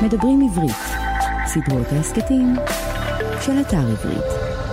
מדברים עברית, סדרות ההסכתים של אתר עברית.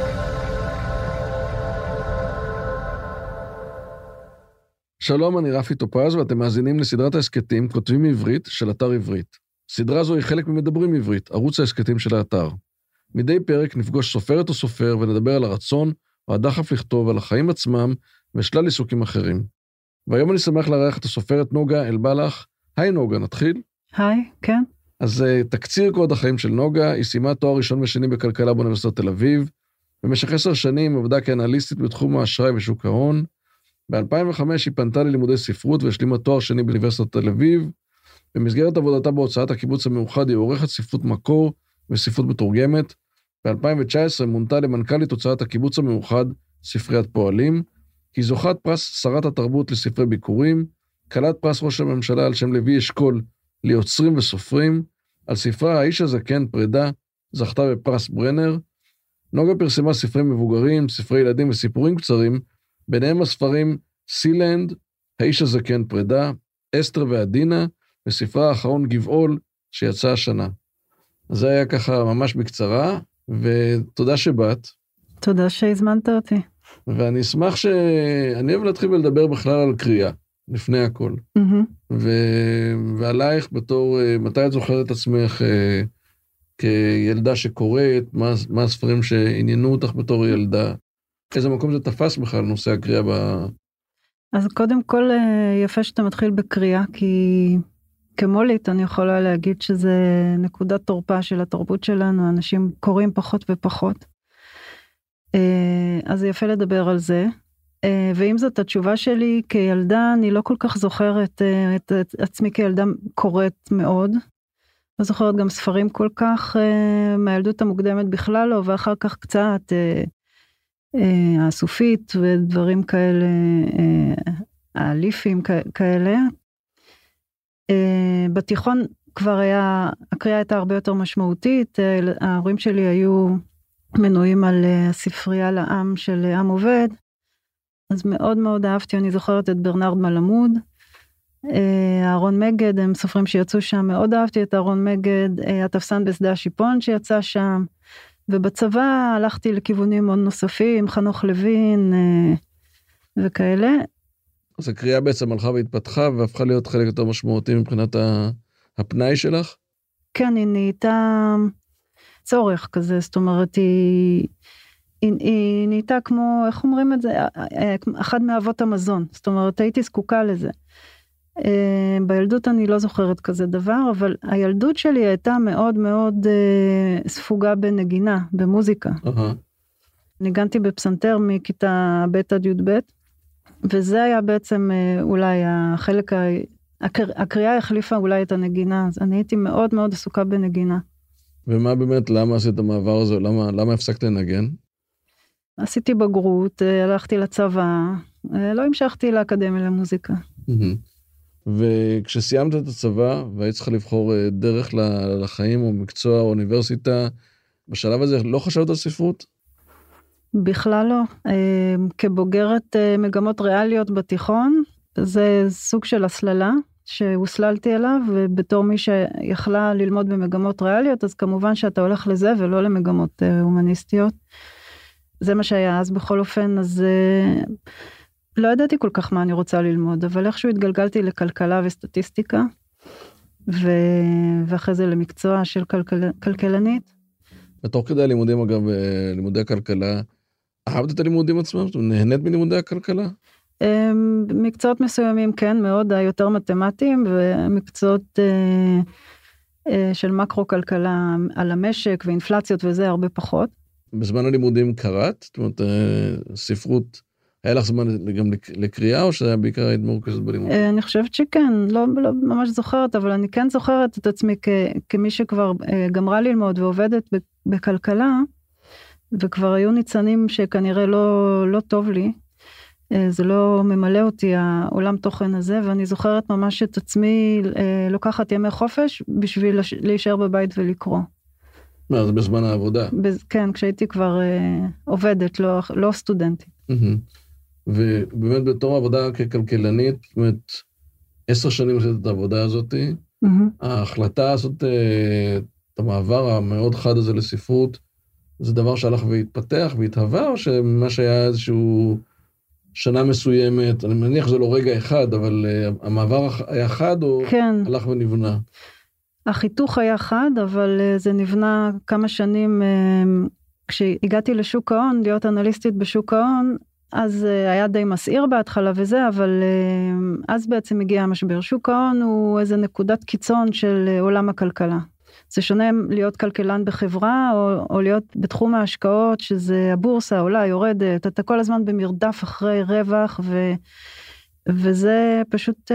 שלום, אני רפי טופז ואתם מאזינים לסדרת ההסכתים כותבים עברית של אתר עברית. סדרה זו היא חלק ממדברים עברית, ערוץ ההסכתים של האתר. מדי פרק נפגוש סופרת או סופר ונדבר על הרצון או הדחף לכתוב, על החיים עצמם ושלל עיסוקים אחרים. והיום אני שמח לארח את הסופרת נוגה אלבלח. היי נוגה, נתחיל? היי, כן. אז תקציר קוד החיים של נוגה, היא סיימה תואר ראשון ושני בכלכלה באוניברסיטת תל אביב, במשך 10 שנים עבדה כאנליסטית בתחום האשראי ושוק ההון. ב-2005 היא פנתה ללימודי ספרות והשלימה תואר שני באוניברסיטת תל אביב. במסגרת עבודתה בהוצאת הקיבוץ המאוחד היא עורכת ספרות מקור וספרות מתורגמת. ב-2019 מונתה למנכ"לית הוצאת הקיבוץ המאוחד ספריית פועלים. היא זוכת פרס שרת התרבות לספרי ביקורים, כלת פרס ראש הממשלה על שם לוי אשכול ליוצרים וסופרים. על ספרה האיש הזקן פרידה זכתה בפרס ברנר. נוגה פרסמה ספרי מבוגרים, ספרי ילדים וסיפורים קצרים, ביניהם הספרים סילנד, האיש הזקן פרידה, אסתר ועדינה, וספרה האחרון גבעול שיצא השנה. אז זה היה ככה ממש בקצרה, ותודה שבאת. תודה שהזמנת אותי. ואני אשמח אני אוהב להתחיל ולדבר בכלל על קריאה, לפני הכל. ועלייך בתור, מתי את זוכרת את עצמך כילדה שקוראת, מה הספרים שעניינו אותך בתור ילדה? איזה מקום זה תפס בכלל נושא הקריאה אז קודם כל יפה שאתה מתחיל בקריאה, כי כמולית אני יכולה להגיד שזה נקודת תורפה של התרבות שלנו, אנשים קוראים פחות ופחות. אז יפה לדבר על זה. ועם זאת התשובה שלי כילדה, אני לא כל כך זוכרת את עצמי כילדה קוראת מאוד. לא זוכרת גם ספרים כל כך מהילדות המוקדמת בכלל לא, ואחר כך קצת הסופית ודברים כאלה, האליפים כאלה. בתיכון כבר הקריאה הייתה הרבה יותר משמעותית, ההורים שלי היו מנויים על הספרייה לעם של עם עובד, אז מאוד מאוד אהבתי, אני זוכרת את ברנרד מלמוד, אהרון מגד, הם סופרים שיצאו שם, מאוד אהבתי את אהרון מגד, התפסן בשדה השיפון שיצא שם, ובצבא הלכתי לכיוונים מאוד נוספים, חנוך לוין וכאלה. אז הקריאה בעצם הלכה והתפתחה, והפכה להיות חלק יותר משמעותי מבחינת הפנאי שלך? כן, היא נהייתה צורך כזה, זאת אומרת, היא נהייתה כמו, איך אומרים את זה? אחד מאבות המזון, זאת אומרת, הייתי זקוקה לזה. בילדות אני לא זוכרת כזה דבר, אבל הילדות שלי הייתה מאוד מאוד ספוגה בנגינה, במוזיקה. ניגנתי בפסנתר מכיתה ב' עד י"ב, וזה היה בעצם אולי החלק, הקריאה החליפה אולי את הנגינה, אז אני הייתי מאוד מאוד עסוקה בנגינה. ומה באמת, למה עשית המעבר הזה? למה הפסקת לנגן? עשיתי בגרות, הלכתי לצבא, לא המשכתי לאקדמיה למוזיקה. וכשסיימת את הצבא, והיית צריכה לבחור דרך לחיים או מקצוע או אוניברסיטה, בשלב הזה לא חשבת על ספרות? בכלל לא. כבוגרת מגמות ריאליות בתיכון, זה סוג של הסללה שהוסללתי אליו, ובתור מי שיכלה ללמוד במגמות ריאליות, אז כמובן שאתה הולך לזה ולא למגמות הומניסטיות. זה מה שהיה אז בכל אופן, אז לא ידעתי כל כך מה אני רוצה ללמוד, אבל איכשהו התגלגלתי לכלכלה וסטטיסטיקה, ואחרי זה למקצוע של כלכלנית. ותוך כדי הלימודים, אגב, לימודי הכלכלה, אהבת את הלימודים עצמם? נהנית מלימודי הכלכלה? מקצועות מסוימים, כן, מאוד, יותר מתמטיים, ומקצועות של מקרו-כלכלה על המשק ואינפלציות וזה הרבה פחות. בזמן הלימודים קראת? זאת אומרת, ספרות, היה לך זמן גם לקריאה, או שזה בעיקר היית מורכזת בלימודים? אני חושבת שכן, לא ממש זוכרת, אבל אני כן זוכרת את עצמי כמי שכבר גמרה ללמוד ועובדת בכלכלה, וכבר היו ניצנים שכנראה לא טוב לי, זה לא ממלא אותי העולם תוכן הזה, ואני זוכרת ממש את עצמי לוקחת ימי חופש בשביל להישאר בבית ולקרוא. מה, זה בזמן העבודה? כן, כשהייתי כבר עובדת, לא סטודנטית. ובאמת בתור עבודה ככלכלנית, זאת אומרת, 10 שנים עשית את העבודה הזאת, ההחלטה לעשות את המעבר המאוד חד הזה לספרות, זה דבר שהלך והתפתח והתהווה, או שמה שהיה איזשהו שנה מסוימת, אני מניח שזה לא רגע אחד, אבל המעבר היה חד או כן. הלך ונבנה? החיתוך היה חד, אבל זה נבנה כמה שנים, כשהגעתי לשוק ההון, להיות אנליסטית בשוק ההון, אז היה די מסעיר בהתחלה וזה, אבל אז בעצם הגיע המשבר. שוק ההון הוא איזה נקודת קיצון של עולם הכלכלה. זה שונה להיות כלכלן בחברה, או להיות בתחום ההשקעות, שזה הבורסה עולה, יורדת, אתה כל הזמן במרדף אחרי רווח, וזה פשוט,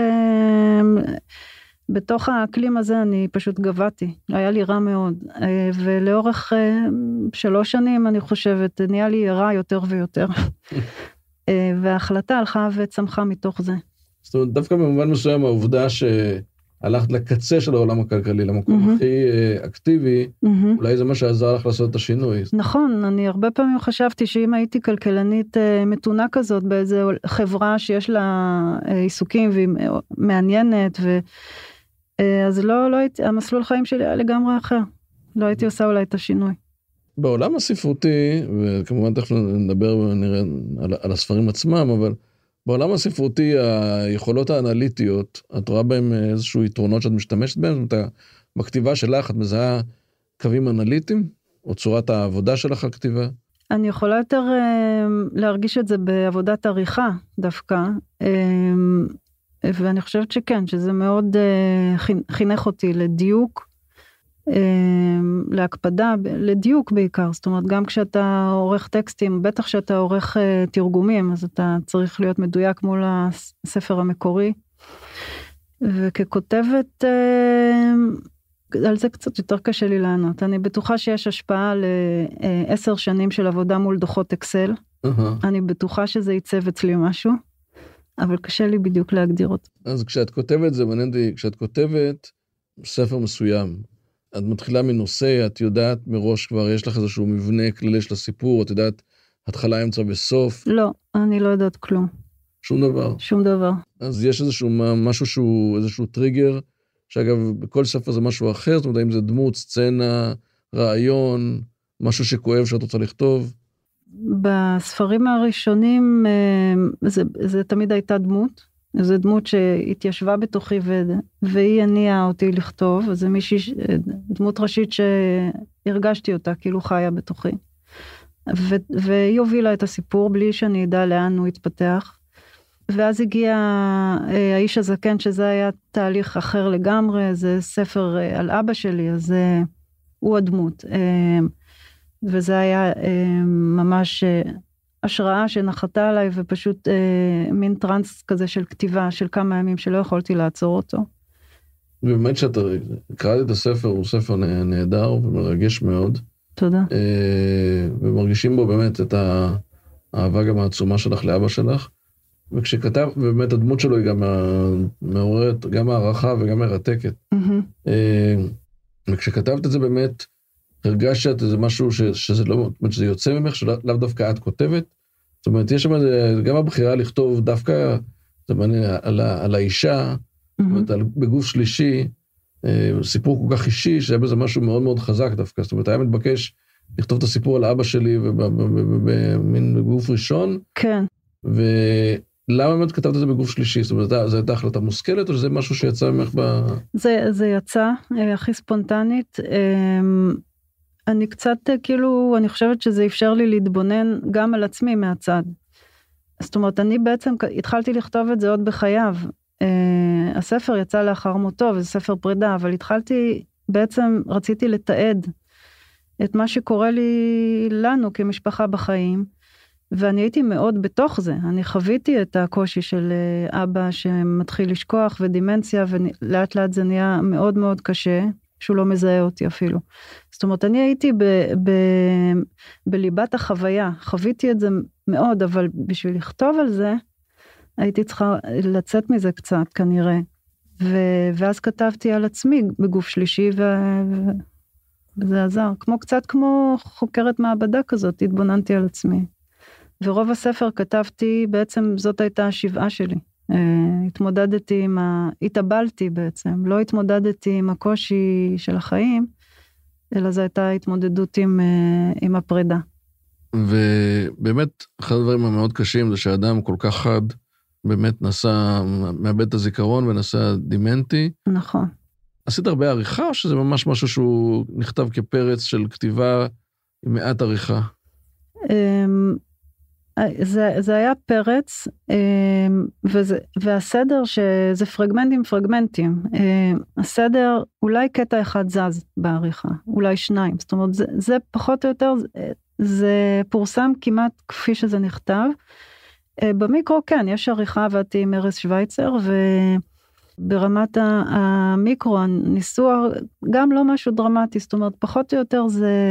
בתוך האקלים הזה אני פשוט גבעתי, היה לי רע מאוד, ולאורך 3 שנים אני חושבת, נהיה לי רע יותר ויותר, וההחלטה הלכה וצמחה מתוך זה. זאת אומרת, דווקא במובן מסוים העובדה שהלכת לקצה של העולם הכלכלי, למקום הכי אקטיבי, אולי זה מה שעזר לך לעשות את השינוי. נכון, אני הרבה פעמים חשבתי שאם הייתי כלכלנית מתונה כזאת, באיזו חברה שיש לה עיסוקים והיא מעניינת, אז לא הייתי, המסלול חיים שלי היה לגמרי אחר, לא הייתי עושה אולי את השינוי. בעולם הספרותי, וכמובן תכף נדבר ונראה על הספרים עצמם, אבל בעולם הספרותי, היכולות האנליטיות, את רואה בהם איזשהו יתרונות שאת משתמשת בהם? זאת אומרת, בכתיבה שלך את מזהה קווים אנליטיים, או צורת העבודה שלך על כתיבה? אני יכולה יותר להרגיש את זה בעבודת עריכה דווקא, ואני חושבת שכן, שזה מאוד חינך אותי לדיוק, להקפדה, לדיוק בעיקר, זאת אומרת, גם כשאתה עורך טקסטים, בטח שאתה עורך תרגומים, אז אתה צריך להיות מדויק מול הספר המקורי, וככותבת, על זה קצת יותר קשה לי לענות, אני בטוחה שיש השפעה ל10 שנים של עבודה מול דוחות אקסל, אני בטוחה שזה ייצב אצלי משהו, אבל קשה לי בדיוק להגדיר אותו. אז כשאת כותבת, זה מעניין אותי, כשאת כותבת ספר מסוים, את מתחילה מנושא, את יודעת מראש כבר, יש לך איזשהו מבנה כללי של הסיפור, את יודעת התחלה, אמצע וסוף? לא, אני לא יודעת כלום. שום דבר? שום דבר. אז יש איזשהו משהו שהוא, איזשהו טריגר, שאגב, בכל ספר זה משהו אחר, זאת אומרת, אם זה דמות, סצנה, רעיון, משהו שכואב שאת רוצה לכתוב? בספרים הראשונים, זה תמיד הייתה דמות, זו דמות שהתיישבה בתוכי והיא הניעה אותי לכתוב, אז זה מישהי, דמות ראשית שהרגשתי אותה, כאילו חיה בתוכי. והיא הובילה את הסיפור בלי שאני אדע לאן הוא התפתח. ואז הגיע האיש הזקן, שזה היה תהליך אחר לגמרי, זה ספר על אבא שלי, אז הוא הדמות. וזה היה ממש השראה שנחתה עליי, ופשוט מין טרנס כזה של כתיבה, של כמה ימים שלא יכולתי לעצור אותו. באמת שאתה קראת את הספר, הוא ספר נהדר ומרגש מאוד. תודה. ומרגישים בו באמת את האהבה גם העצומה שלך לאבא שלך. וכשכתב, ובאמת הדמות שלו היא גם מעוררת, גם הערכה וגם מרתקת. וכשכתבת את זה באמת, הרגשת איזה משהו שזה לא, שזה יוצא ממך, שלאו דווקא את כותבת. זאת אומרת, יש שם גם הבחירה לכתוב דווקא, זה מעניין, על האישה, זאת אומרת, בגוף שלישי, סיפור כל כך אישי, שהיה בזה משהו מאוד מאוד חזק דווקא. זאת אומרת, היה מתבקש לכתוב את הסיפור על אבא שלי, במין גוף ראשון. כן. ולמה באמת כתבת את זה בגוף שלישי? זאת אומרת, זו הייתה החלטה מושכלת, או שזה משהו שיצא ממך זה יצא, הכי ספונטנית. אני קצת כאילו, אני חושבת שזה אפשר לי להתבונן גם על עצמי מהצד. זאת אומרת, אני בעצם התחלתי לכתוב את זה עוד בחייו. הספר יצא לאחר מותו, וזה ספר פרידה, אבל התחלתי, בעצם רציתי לתעד את מה שקורה לנו כמשפחה בחיים, ואני הייתי מאוד בתוך זה. אני חוויתי את הקושי של אבא שמתחיל לשכוח ודימנציה, ולאט לאט זה נהיה מאוד מאוד קשה, שהוא לא מזהה אותי אפילו. זאת אומרת, אני הייתי בליבת החוויה, חוויתי את זה מאוד, אבל בשביל לכתוב על זה, הייתי צריכה לצאת מזה קצת כנראה, ואז כתבתי על עצמי בגוף שלישי, וזה עזר, קצת כמו חוקרת מעבדה כזאת, התבוננתי על עצמי. ורוב הספר כתבתי, בעצם זאת הייתה השבעה שלי. התאבלתי בעצם, לא התמודדתי עם הקושי של החיים, אלא זו הייתה התמודדות עם הפרידה. ובאמת, אחד הדברים המאוד קשים זה שהאדם כל כך חד, באמת מאבד את הזיכרון ונסע דימנטי. נכון. עשית הרבה עריכה, או שזה ממש משהו שהוא נכתב כפרץ של כתיבה עם מעט עריכה? זה היה פרץ, והסדר שזה פרגמנטים. הסדר, אולי קטע אחד זז בעריכה, אולי שניים. זאת אומרת, זה פחות או יותר, זה פורסם כמעט כפי שזה נכתב. במיקרו כן, יש עריכה, עבדתי עם ארז שוויצר, וברמת המיקרו, הניסוח, גם לא משהו דרמטי, זאת אומרת, פחות או יותר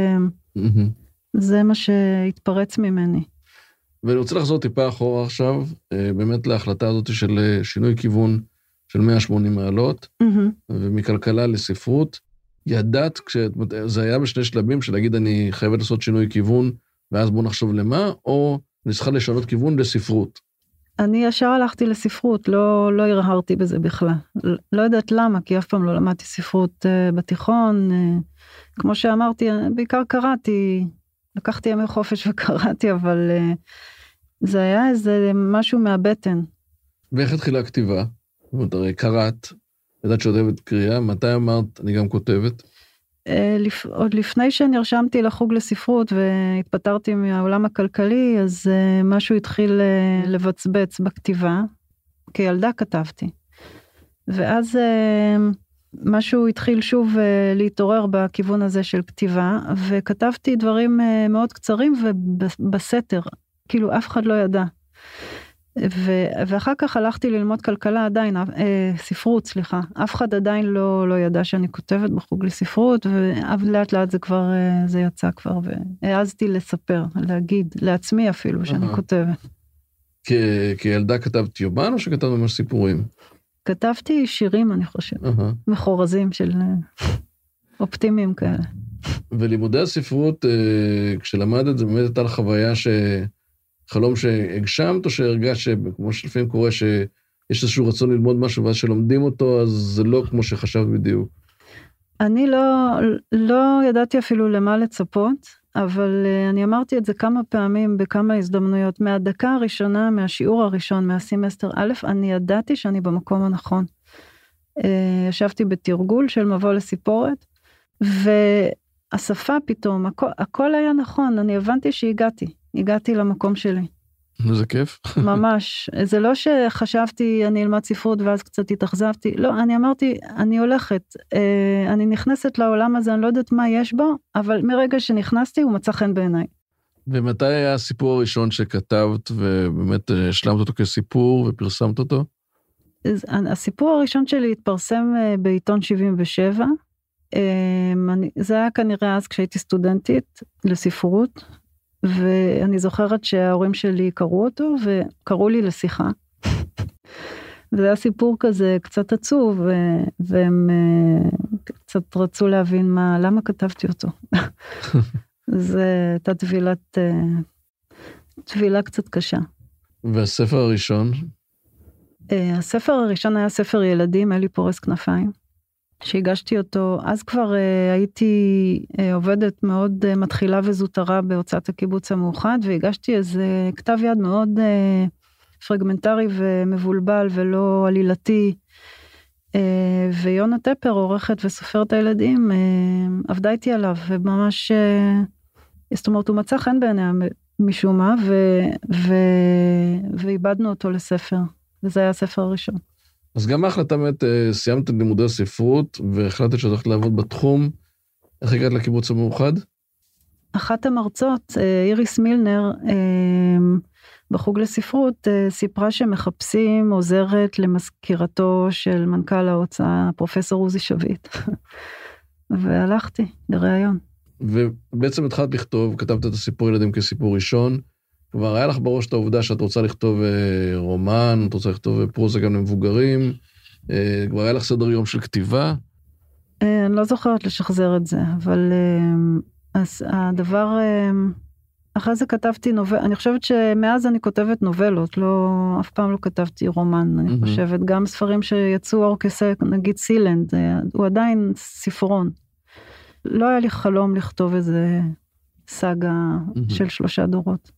זה מה שהתפרץ ממני. ואני רוצה לחזור טיפה אחורה עכשיו, באמת להחלטה הזאת של שינוי כיוון של 180 מעלות, ומכלכלה לספרות. ידעת, זה היה בשני שלבים, של להגיד אני חייבת לעשות שינוי כיוון, ואז בוא נחשוב למה, או אני צריכה לשנות כיוון לספרות? אני ישר הלכתי לספרות, לא הרהרתי בזה בכלל. לא יודעת למה, כי אף פעם לא למדתי ספרות בתיכון. כמו שאמרתי, בעיקר קראתי, לקחתי ימי חופש וקראתי, אבל זה היה איזה משהו מהבטן. ואיך התחילה הכתיבה? זאת אומרת, הרי קראת, ידעת שכותבת קריאה, מתי אמרת, אני גם כותבת? עוד לפני שנרשמתי לחוג לספרות והתפטרתי מהעולם הכלכלי, אז משהו התחיל לבצבץ בכתיבה, כילדה כתבתי. ואז משהו התחיל שוב להתעורר בכיוון הזה של כתיבה, וכתבתי דברים מאוד קצרים ובסתר, כאילו אף אחד לא ידע. ואחר כך הלכתי ללמוד כלכלה עדיין, ספרות, סליחה, אף אחד עדיין לא ידע שאני כותבת בחוג לספרות, ולאט לאט זה יצא כבר, והעזתי לספר, להגיד, לעצמי אפילו שאני כותבת. כילדה כתבת יומן או שכתבת ממש סיפורים? כתבתי שירים, אני חושב, מחורזים של אופטימיים כאלה. ולימודי הספרות, כשלמדת, זה באמת הייתה לחוויה חלום שהגשמת, או שהרגשת שכמו שלפעמים קורה שיש איזשהו רצון ללמוד משהו, ואז שלומדים אותו, אז זה לא כמו שחשבת בדיוק. אני לא ידעתי אפילו למה לצפות, אבל אני אמרתי את זה כמה פעמים, בכמה הזדמנויות, מהדקה הראשונה, מהשיעור הראשון, מהסמסטר א', אני ידעתי שאני במקום הנכון. ישבתי בתרגול של מבוא לסיפורת, והשפה פתאום, הכל היה נכון, אני הבנתי הגעתי למקום שלי. זה כיף. ממש. זה לא שחשבתי אני אלמד ספרות ואז קצת התאכזבתי. לא, אני אמרתי, אני הולכת, אני נכנסת לעולם הזה, אני לא יודעת מה יש בו, אבל מרגע שנכנסתי הוא מצא חן בעיניי. ומתי היה הסיפור הראשון שכתבת ובאמת השלמת אותו כסיפור ופרסמת אותו? הסיפור הראשון שלי התפרסם בעיתון 77. זה היה כנראה אז כשהייתי סטודנטית לספרות, ואני זוכרת שההורים שלי קראו אותו, וקראו לי לשיחה. וזה היה סיפור כזה קצת עצוב, והם קצת רצו להבין למה כתבתי אותו. זה הייתה טבילה קצת קשה. והספר הראשון? הספר הראשון היה ספר ילדים, אלי פורס כנפיים. שהגשתי אותו, אז כבר הייתי עובדת מאוד מתחילה וזוטרה בהוצאת הקיבוץ המאוחד, והגשתי איזה כתב יד מאוד פרגמנטרי ומבולבל ולא עלילתי, ויונה טפר, עורכת וסופרת הילדים, עבדה איתי עליו, וממש, זאת אומרת, הוא מצא חן בעיניה משום מה, ואיבדנו אותו לספר, וזה היה הספר הראשון. אז גם ההחלטה באמת, סיימת את לימודי הספרות, והחלטת שאת הולכת לעבוד בתחום. איך הגעת לקיבוץ המאוחד? אחת המרצות, איריס מילנר, בחוג לספרות, סיפרה שמחפשים עוזרת למזכירתו של מנכ"ל ההוצאה, פרופסור עוזי שביט. והלכתי לראיון. ובעצם התחלת לכתוב, כתבת את הסיפור ילדים כסיפור ראשון, כבר היה לך בראש את העובדה שאת רוצה לכתוב רומן, את רוצה לכתוב פרוזה גם למבוגרים, כבר היה לך סדר יום של כתיבה? אני לא זוכרת לשחזר את זה, אבל הדבר אחרי זה כתבתי אני חושבת שמאז אני כותבת נובלות, אף פעם לא כתבתי רומן, אני חושבת, גם ספרים שיצאו אור כסק, נגיד סילנד, הוא עדיין ספרון. לא היה לי חלום לכתוב איזה סאגה של 3 דורות.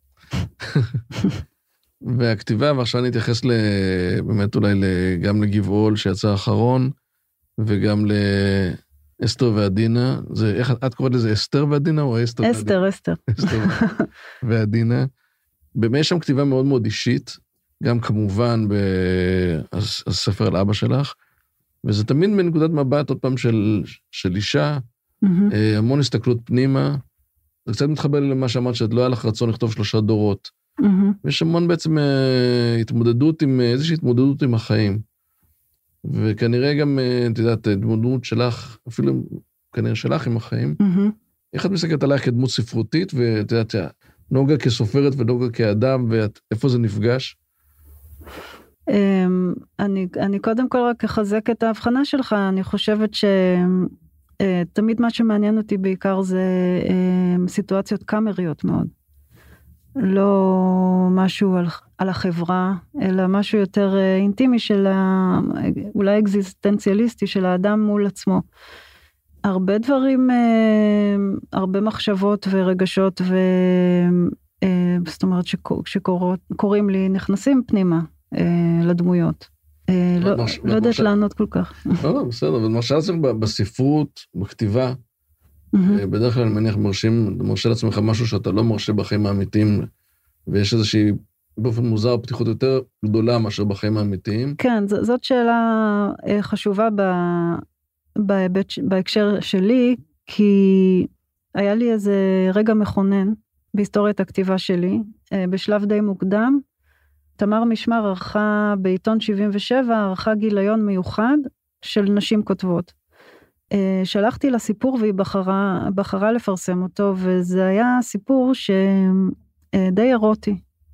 והכתיבה, ועכשיו אני אתייחס באמת אולי גם לגבעול שיצא האחרון, וגם לאסתר ועדינה. איך את קוראת לזה, אסתר ועדינה או אסתר ועדינה? אסתר. אסתר ועדינה. באמת יש שם כתיבה מאוד מאוד אישית, גם כמובן בספר על אבא שלך, וזה תמיד מנקודת מבט עוד פעם של אישה, המון הסתכלות פנימה, זה קצת מתחבר למה שאמרת שאת לא היה לך רצון לכתוב 3 דורות, ויש המון בעצם התמודדות עם, איזושהי התמודדות עם החיים, וכנראה גם, את יודעת, התמודדות שלך, אפילו כנראה שלך עם החיים, איך את מסתכלת עליך כדמות ספרותית, ואת יודעת, נוגה כסופרת ונוגה כאדם, ואיפה זה נפגש? אני קודם כל רק אחזק את ההבחנה שלך, אני חושבת שתמיד מה שמעניין אותי בעיקר זה סיטואציות קאמריות מאוד. לא משהו על החברה, אלא משהו יותר אינטימי אולי אקזיסטנציאליסטי של האדם מול עצמו. הרבה דברים, הרבה מחשבות ורגשות, זאת אומרת שקוראים לי, נכנסים פנימה לדמויות. לא יודעת לענות כל כך. לא, בסדר, אבל מרשה לעצמך בספרות, בכתיבה, בדרך כלל אני מניח מרשה לעצמך משהו שאתה לא מרשה בחיים האמיתיים, ויש איזושהי, באופן מוזר, פתיחות יותר גדולה מאשר בחיים האמיתיים. כן, זאת שאלה חשובה בהקשר שלי, כי היה לי איזה רגע מכונן בהיסטוריית הכתיבה שלי, בשלב די מוקדם, תמר משמר ערכה בעיתון 77, ערכה גיליון מיוחד של נשים כותבות. שלחתי לה סיפור והיא בחרה לפרסם אותו, וזה היה סיפור שדי אירוטי,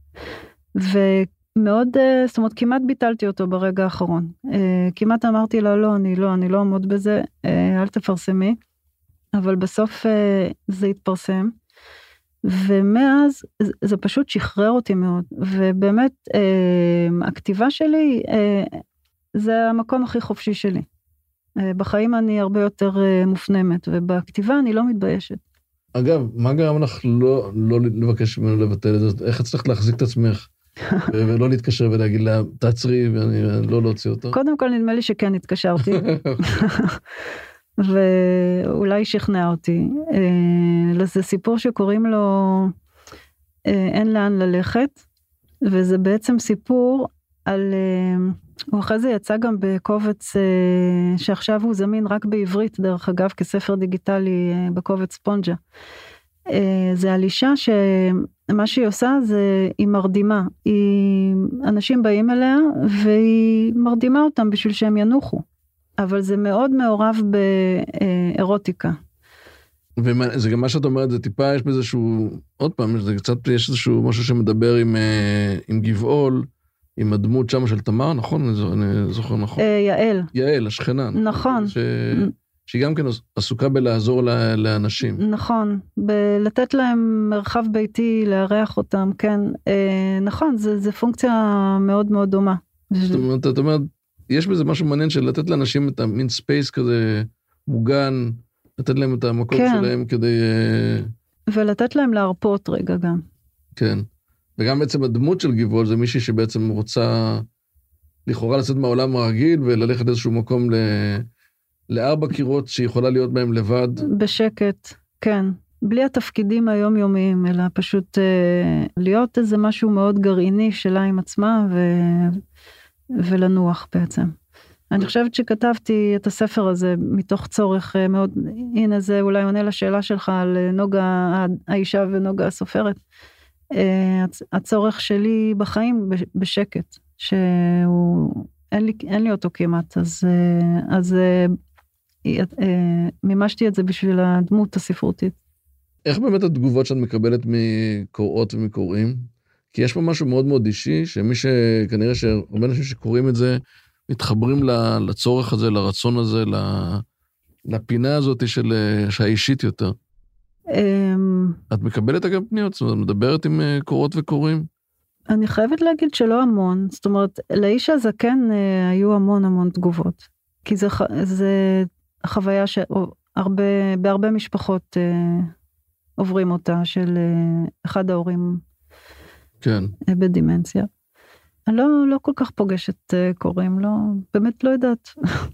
ומאוד, זאת אומרת, כמעט ביטלתי אותו ברגע האחרון. כמעט אמרתי לה, לא, אני לא עמוד בזה, אל תפרסמי, אבל בסוף זה התפרסם, ומאז זה פשוט שחרר אותי מאוד, ובאמת הכתיבה שלי זה המקום הכי חופשי שלי. בחיים אני הרבה יותר מופנמת, ובכתיבה אני לא מתביישת. אגב, מה גרם לך לא לבקש ממנו לבטל את זה? איך הצלחת להחזיק את עצמך, ולא להתקשר ולהגיד לה, תעצרי, ואני לא להוציא אותו? קודם כל נדמה לי שכן התקשרתי, ואולי שכנע אותי. זה סיפור שקוראים לו אין לאן ללכת, וזה בעצם סיפור על, הוא אחרי זה יצא גם בקובץ שעכשיו הוא זמין רק בעברית, דרך אגב, כספר דיגיטלי בקובץ ספונג'ה. זה על אישה שמה שהיא עושה זה היא מרדימה, אנשים באים אליה והיא מרדימה אותם בשביל שהם ינוחו. אבל זה מאוד מעורב באירוטיקה. וזה גם מה שאת אומרת, זה טיפה, יש בזה שהוא, עוד פעם, זה קצת, יש איזשהו משהו שמדבר עם גבעול, עם הדמות שם של תמר, נכון? אני זוכר נכון. יעל. יעל, השכנה. נכון. שהיא גם כן עסוקה בלעזור לאנשים. נכון, לתת להם מרחב ביתי, לארח אותם, כן. נכון, זה פונקציה מאוד מאוד דומה. זאת אומרת, יש בזה משהו מעניין של לתת לאנשים את המין ספייס כזה מוגן, לתת להם את המקום שלהם כדי... ולתת להם להרפות רגע גם. כן. וגם בעצם הדמות של גבעול זה מישהי שבעצם רוצה לכאורה לצאת מהעולם הרגיל וללכת איזשהו מקום 4 קירות שיכולה להיות בהם לבד. בשקט, כן. בלי התפקידים היומיומיים, אלא פשוט להיות איזה משהו מאוד גרעיני שלה עם עצמה ולנוח בעצם. אני חושבת שכתבתי את הספר הזה מתוך צורך מאוד, הנה זה אולי עונה לשאלה שלך על נוגה האישה ונוגה הסופרת. הצורך שלי בחיים בשקט, אין לי אותו כמעט, אז מימשתי את זה בשביל הדמות הספרותית. איך באמת התגובות שאת מקבלת מקוראות ומקוראים? כי יש פה משהו מאוד מאוד אישי, שמי שכנראה שהרבה אנשים שקוראים את זה, מתחברים לצורך הזה, לרצון הזה, לפינה הזאת שהאישית יותר. את מקבלת אגב פניות? זאת אומרת, מדברת עם קורות וקוראים? אני חייבת להגיד שלא המון, זאת אומרת, לאיש הזקן היו המון תגובות, כי זה חוויה בהרבה משפחות עוברים אותה, של אחד ההורים כן. בדימנציה. אני לא כל כך פוגשת קוראים, באמת לא יודעת.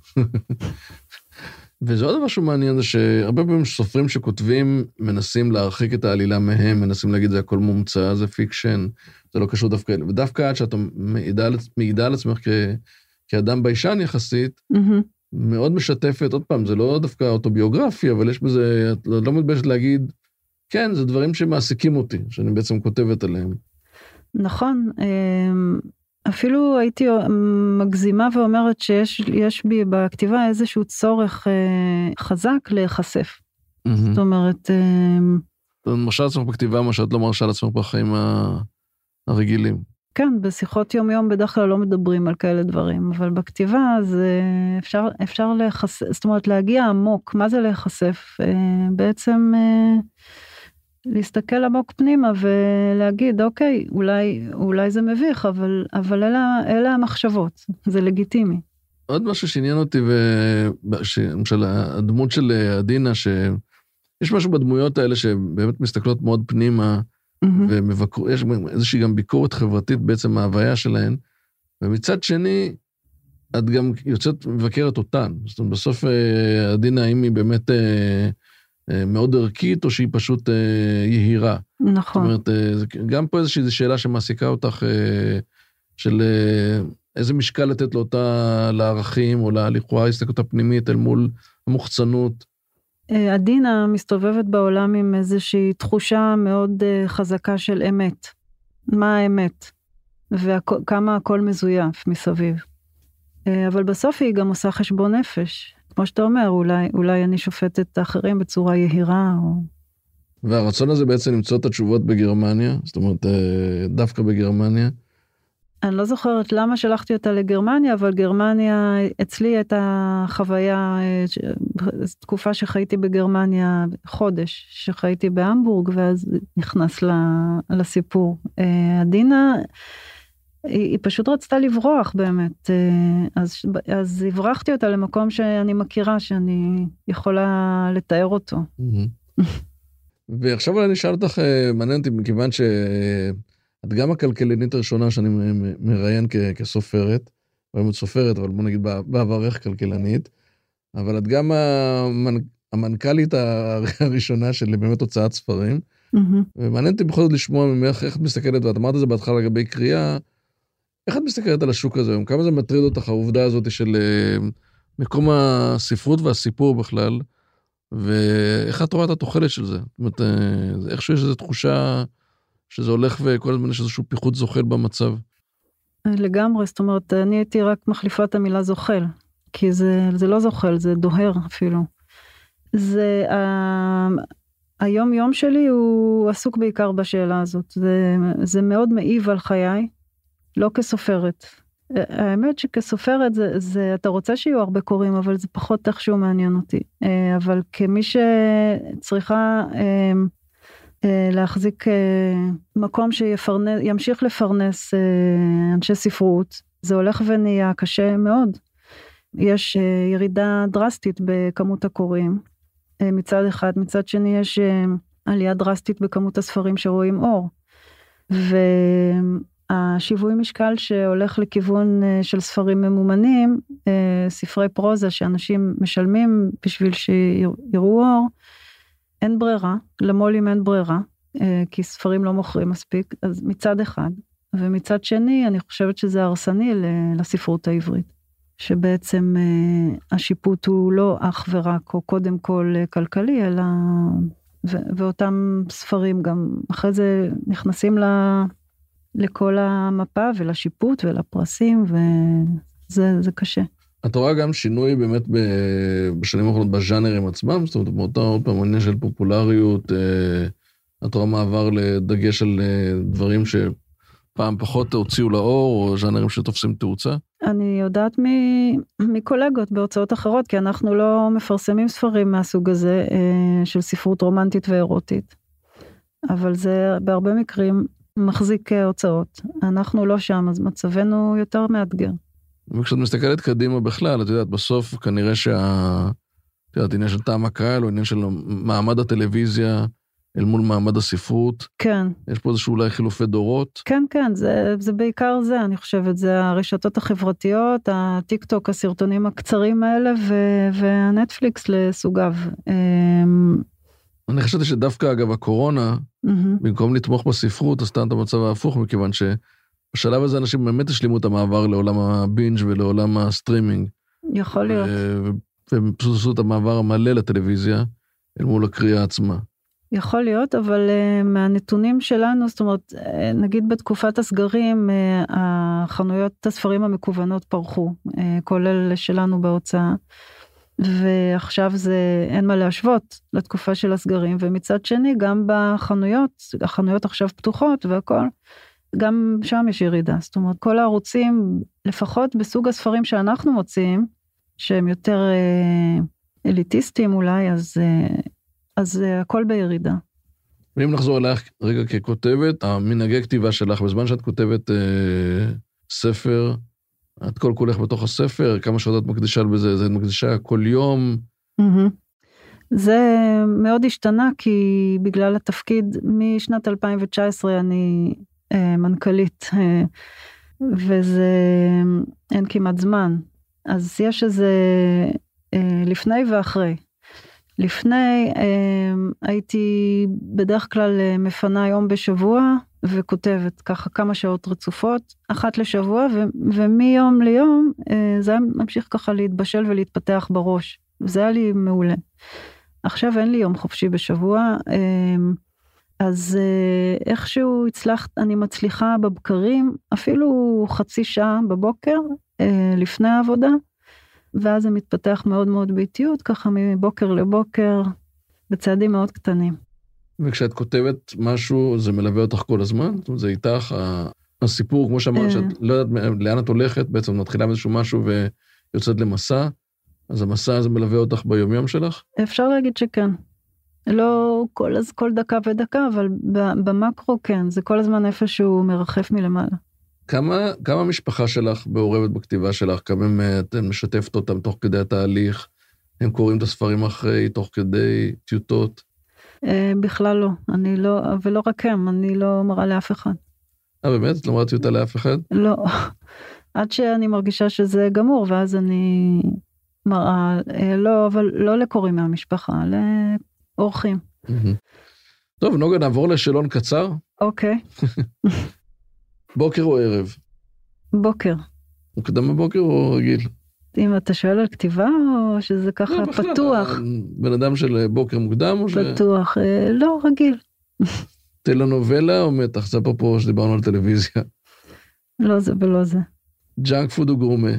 וזה עוד דבר שמעניין, זה שהרבה פעמים סופרים שכותבים, מנסים להרחיק את העלילה מהם, מנסים להגיד, זה הכל מומצא, זה פיקשן, זה לא קשור דווקא, ודווקא עד שאתה מעידה על עצמך כאדם ביישן יחסית, מאוד משתפת, עוד פעם, זה לא דווקא אוטוביוגרפי, אבל יש בזה, את לא מתביישת להגיד, כן, זה דברים שמעסיקים אותי, שאני בעצם כותבת עליהם. נכון, אפילו הייתי מגזימה ואומרת שיש בי בכתיבה איזשהו צורך חזק להיחשף. זאת אומרת... אתה מרשה לעצמך בכתיבה, מה שאת לא מרשה לעצמך בחיים הרגילים. כן, בשיחות יום בדרך כלל לא מדברים על כאלה דברים, אבל בכתיבה זה אפשר להיחשף, זאת אומרת להגיע עמוק, מה זה להיחשף? בעצם... להסתכל עמוק פנימה ולהגיד, אוקיי, אולי זה מביך, אבל אלה המחשבות, זה לגיטימי. עוד משהו שעניין אותי, למשל, הדמות של עדינה, שיש משהו בדמויות האלה שבאמת מסתכלות מאוד פנימה, ויש איזושהי גם ביקורת חברתית בעצם מההוויה שלהן, ומצד שני, את גם יוצאת מבקרת אותן. זאת אומרת, בסוף עדינה, האם היא באמת... מאוד ערכית, או שהיא פשוט יהירה. נכון. זאת אומרת, גם פה איזושהי שאלה שמעסיקה אותך, של איזה משקל לתת לאותה לערכים, או לכאורה הסתכלות הפנימית אל מול המוחצנות. עדינה מסתובבת בעולם עם איזושהי תחושה מאוד חזקה של אמת. מה האמת? וכמה הכל מזויף מסביב. אבל בסוף היא גם עושה חשבון נפש. כמו שאתה אומר, אולי אני שופטת את האחרים בצורה יהירה. והרצון הזה בעצם למצוא את התשובות בגרמניה, זאת אומרת, דווקא בגרמניה. אני לא זוכרת למה שלחתי אותה לגרמניה, אבל גרמניה, אצלי הייתה חוויה, תקופה שחייתי בגרמניה, חודש, שחייתי בהמבורג, ואז נכנס לסיפור. עדינה, היא פשוט רצתה לברוח באמת, אז הברחתי אותה למקום שאני מכירה, שאני יכולה לתאר אותו. ועכשיו אני אשאל אותך, מעניין אותי, מכיוון שאת גם הכלכלנית הראשונה שאני מראיין כסופרת, באמת סופרת, אבל בוא נגיד בעברך כלכלנית, אבל את גם המנכ"לית הראשונה של באמת הוצאת ספרים, ומעניין אותי בכל זאת לשמוע ממך איך את מסתכלת, ואת אמרת את זה בהתחלה לגבי קריאה, איך את מסתכלת על השוק הזה היום? כמה זה מטריד אותך העובדה הזאת של מקום הספרות והסיפור בכלל, ואיך את רואה את התוחלת של זה? זאת אומרת, איכשהו יש איזו תחושה שזה הולך וכל הזמן יש איזשהו פיחות זוחל במצב. לגמרי, זאת אומרת, אני הייתי רק מחליפה את המילה זוחל, כי זה לא זוחל, זה דוהר אפילו. זה, היום יום שלי הוא עסוק בעיקר בשאלה הזאת, זה מאוד מעיב על חיי, לא כסופרת. האמת שכסופרת אתה רוצה שיהיו הרבה קוראים, אבל זה פחות איכשהו מעניין אותי. אבל כמי שצריכה להחזיק מקום שימשיך לפרנס אנשי ספרות, זה הולך ונהיה קשה מאוד. יש ירידה דרסטית בכמות הקוראים, מצד אחד, מצד שני יש עלייה דרסטית בכמות הספרים שרואים אור. השיווי משקל שהולך לכיוון של ספרים ממומנים, ספרי פרוזה שאנשים משלמים בשביל שיראו אור, אין ברירה, למולים אין ברירה, כי ספרים לא מוכרים מספיק, אז מצד אחד, ומצד שני אני חושבת שזה הרסני לספרות העברית, שבעצם השיפוט הוא לא אך ורק או קודם כל כלכלי, אלא, ואותם ספרים גם אחרי זה נכנסים לכל המפה ולשיפוט ולפרסים, וזה קשה. את רואה גם שינוי באמת בשנים האחרונות בז'אנרים עצמם, זאת אומרת, באותה עוד פעם עניין של פופולריות, את רואה מעבר לדגש על דברים שפעם פחות הוציאו לאור, או ז'אנרים שתופסים תאוצה? אני יודעת מקולגות בהוצאות אחרות, כי אנחנו לא מפרסמים ספרים מהסוג הזה של ספרות רומנטית ואירוטית. אבל זה בהרבה מקרים מחזיק הוצאות. אנחנו לא שם, אז מצבנו יותר מאתגר. וכשאת מסתכלת קדימה בכלל, את יודעת, בסוף כנראה עניין של טעם הקהל, או עניין של מעמד הטלוויזיה, אל מול מעמד הספרות. כן. יש פה איזשהו אולי חילופי דורות. כן, כן, זה בעיקר זה, אני חושבת, זה הרשתות החברתיות, הטיק טוק, הסרטונים הקצרים האלה, והנטפליקס לסוגיו. אני חשבתי שדווקא, אגב, הקורונה, במקום לתמוך בספרות, עשתה את המצב ההפוך, מכיוון שבשלב הזה אנשים באמת השלימו את המעבר לעולם הבינג' ולעולם הסטרימינג. יכול להיות. ופשוט עשו את המעבר המלא לטלוויזיה, אל מול הקריאה עצמה. יכול להיות, אבל מהנתונים שלנו, זאת אומרת, נגיד בתקופת הסגרים, החנויות הספרים המקוונות פרחו, כולל שלנו בהוצאה, ועכשיו אין מה להשוות לתקופה של הסגרים, ומצד שני, גם בחנויות, החנויות עכשיו פתוחות והכל, גם שם יש ירידה, זאת אומרת, כל הערוצים, לפחות בסוג הספרים שאנחנו מוצאים, שהם יותר אליטיסטים אולי, אז הכל בירידה. ואם נחזור אלייך רגע ככותבת, המנהגי כתיבה שלך, בזמן שאת כותבת ספר, את כל כולך בתוך הספר, כמה שעות את מקדישה בזה, זה מקדישה כל יום? זה מאוד השתנה, כי בגלל התפקיד, משנת 2019 אני מנכ"לית, וזה אין כמעט זמן. אז יש איזה לפני ואחרי. לפני הייתי בדרך כלל מפנה יום בשבוע וכותבת ככה כמה שעות רצופות, אחת לשבוע, ומיום ליום זה ממשיך ככה להתבשל ולהתפתח בראש, וזה היה לי מעולה. עכשיו אין לי יום חופשי בשבוע, אז איכשהו אני מצליחה בבקרים, אפילו חצי שעה בבוקר לפני העבודה, ואז זה מתפתח מאוד מאוד באיטיות, ככה מבוקר לבוקר, בצעדים מאוד קטנים. וכשאת כותבת משהו, זה מלווה אותך כל הזמן? זאת אומרת, זה איתך, הסיפור, כמו שאמרת, שאת לא יודעת לאן את הולכת, בעצם מתחילה מאיזשהו משהו ויוצאת למסע, אז המסע הזה מלווה אותך ביומיום שלך? אפשר להגיד שכן. לא כל דקה ודקה, אבל במקרו כן, זה כל הזמן איפשהו מרחף מלמעלה. כמה המשפחה שלך מעורבת בכתיבה שלך? כמה את משתפת אותם תוך כדי התהליך? הם קוראים את הספרים אחרי, תוך כדי טיוטות? בכלל לא. אני לא, ולא רק הם, אני לא מראה לאף אחד. באמת? את לא מראה טיוטה לאף אחד? לא. עד שאני מרגישה שזה גמור, ואז אני מראה, לא, אבל לא לקוראים מהמשפחה, לאורחים. טוב, נוגה, נעבור לשאלון קצר. אוקיי. בוקר או ערב? בוקר. מוקדם בבוקר או רגיל? אם אתה שואל על כתיבה או שזה ככה לא, פתוח? בן אדם של בוקר מוקדם או פתוח, לא, רגיל. טלנובלה או מתח? זה פה שדיברנו על טלוויזיה. לא זה ולא זה. ג'אנק פוד או גורמה?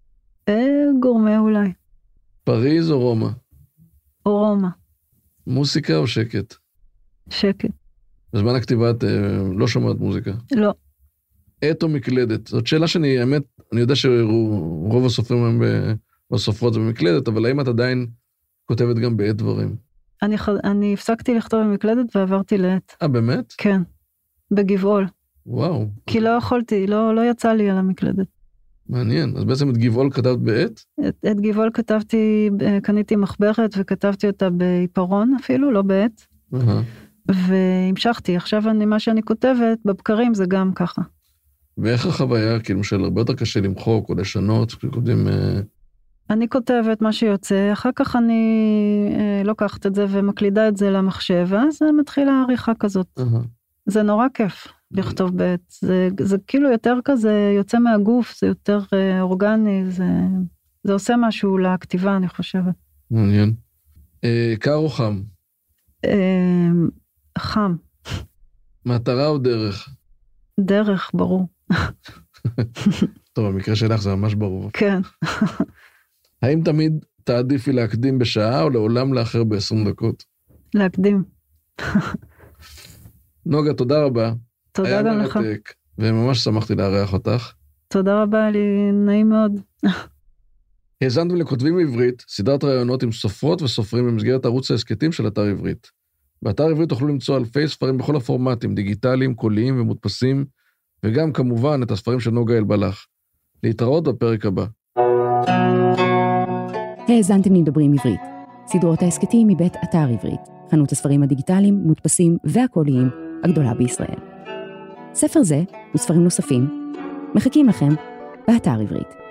גורמה אולי. פריז או רומא? או רומא. מוסיקה או שקט? שקט. בזמן הכתיבה את לא שומעת מוזיקה? לא. עת או מקלדת? זאת שאלה שאני, האמת, אני יודע שרוב הסופרים הם בסופרות זה במקלדת, אבל האם את עדיין כותבת גם בעת דברים? אני הפסקתי לכתוב במקלדת ועברתי לעת. באמת? כן. בגבעול. וואו. כי לא יכולתי, לא יצא לי על המקלדת. מעניין. אז בעצם את גבעול כתבת בעת? את גבעול כתבתי, קניתי מחברת וכתבתי אותה בעיפרון אפילו, לא בעת. והמשכתי. עכשיו מה שאני כותבת בבקרים זה גם ככה. ואיך החוויה, כאילו למשל, הרבה יותר קשה למחוק או לשנות, כשכותבים... אני כותבת מה שיוצא, אחר כך אני לוקחת את זה ומקלידה את זה למחשב, ואז מתחילה העריכה כזאת. זה נורא כיף לכתוב בעת, זה כאילו יותר כזה יוצא מהגוף, זה יותר אורגני, זה עושה משהו לכתיבה, אני חושבת. מעניין. קר או חם? חם. מטרה או דרך? דרך, ברור. טוב, במקרה שלך זה ממש ברור. כן. האם תמיד תעדיפי להקדים בשעה או לעולם לאחר ב-20 דקות? להקדים. נוגה, תודה רבה. תודה גם לך. וממש שמחתי לארח אותך. תודה רבה, לי נעים מאוד. האזנתם לכותבים עברית, סדרת ראיונות עם סופרות וסופרים במסגרת ערוץ ההסכתים של אתר עברית. באתר עברית תוכלו למצוא אלפי ספרים בכל הפורמטים, דיגיטליים, קוליים ומודפסים, וגם כמובן את הספרים של נוגה אלבלח. להתראות בפרק הבא. האזנתם לדברים עברית. סדרות ההסכתים מבית אתר עברית, חנות הספרים הדיגיטליים, מודפסים והקוליים הגדולה בישראל. ספר זה וספרים נוספים מחכים לכם באתר עברית.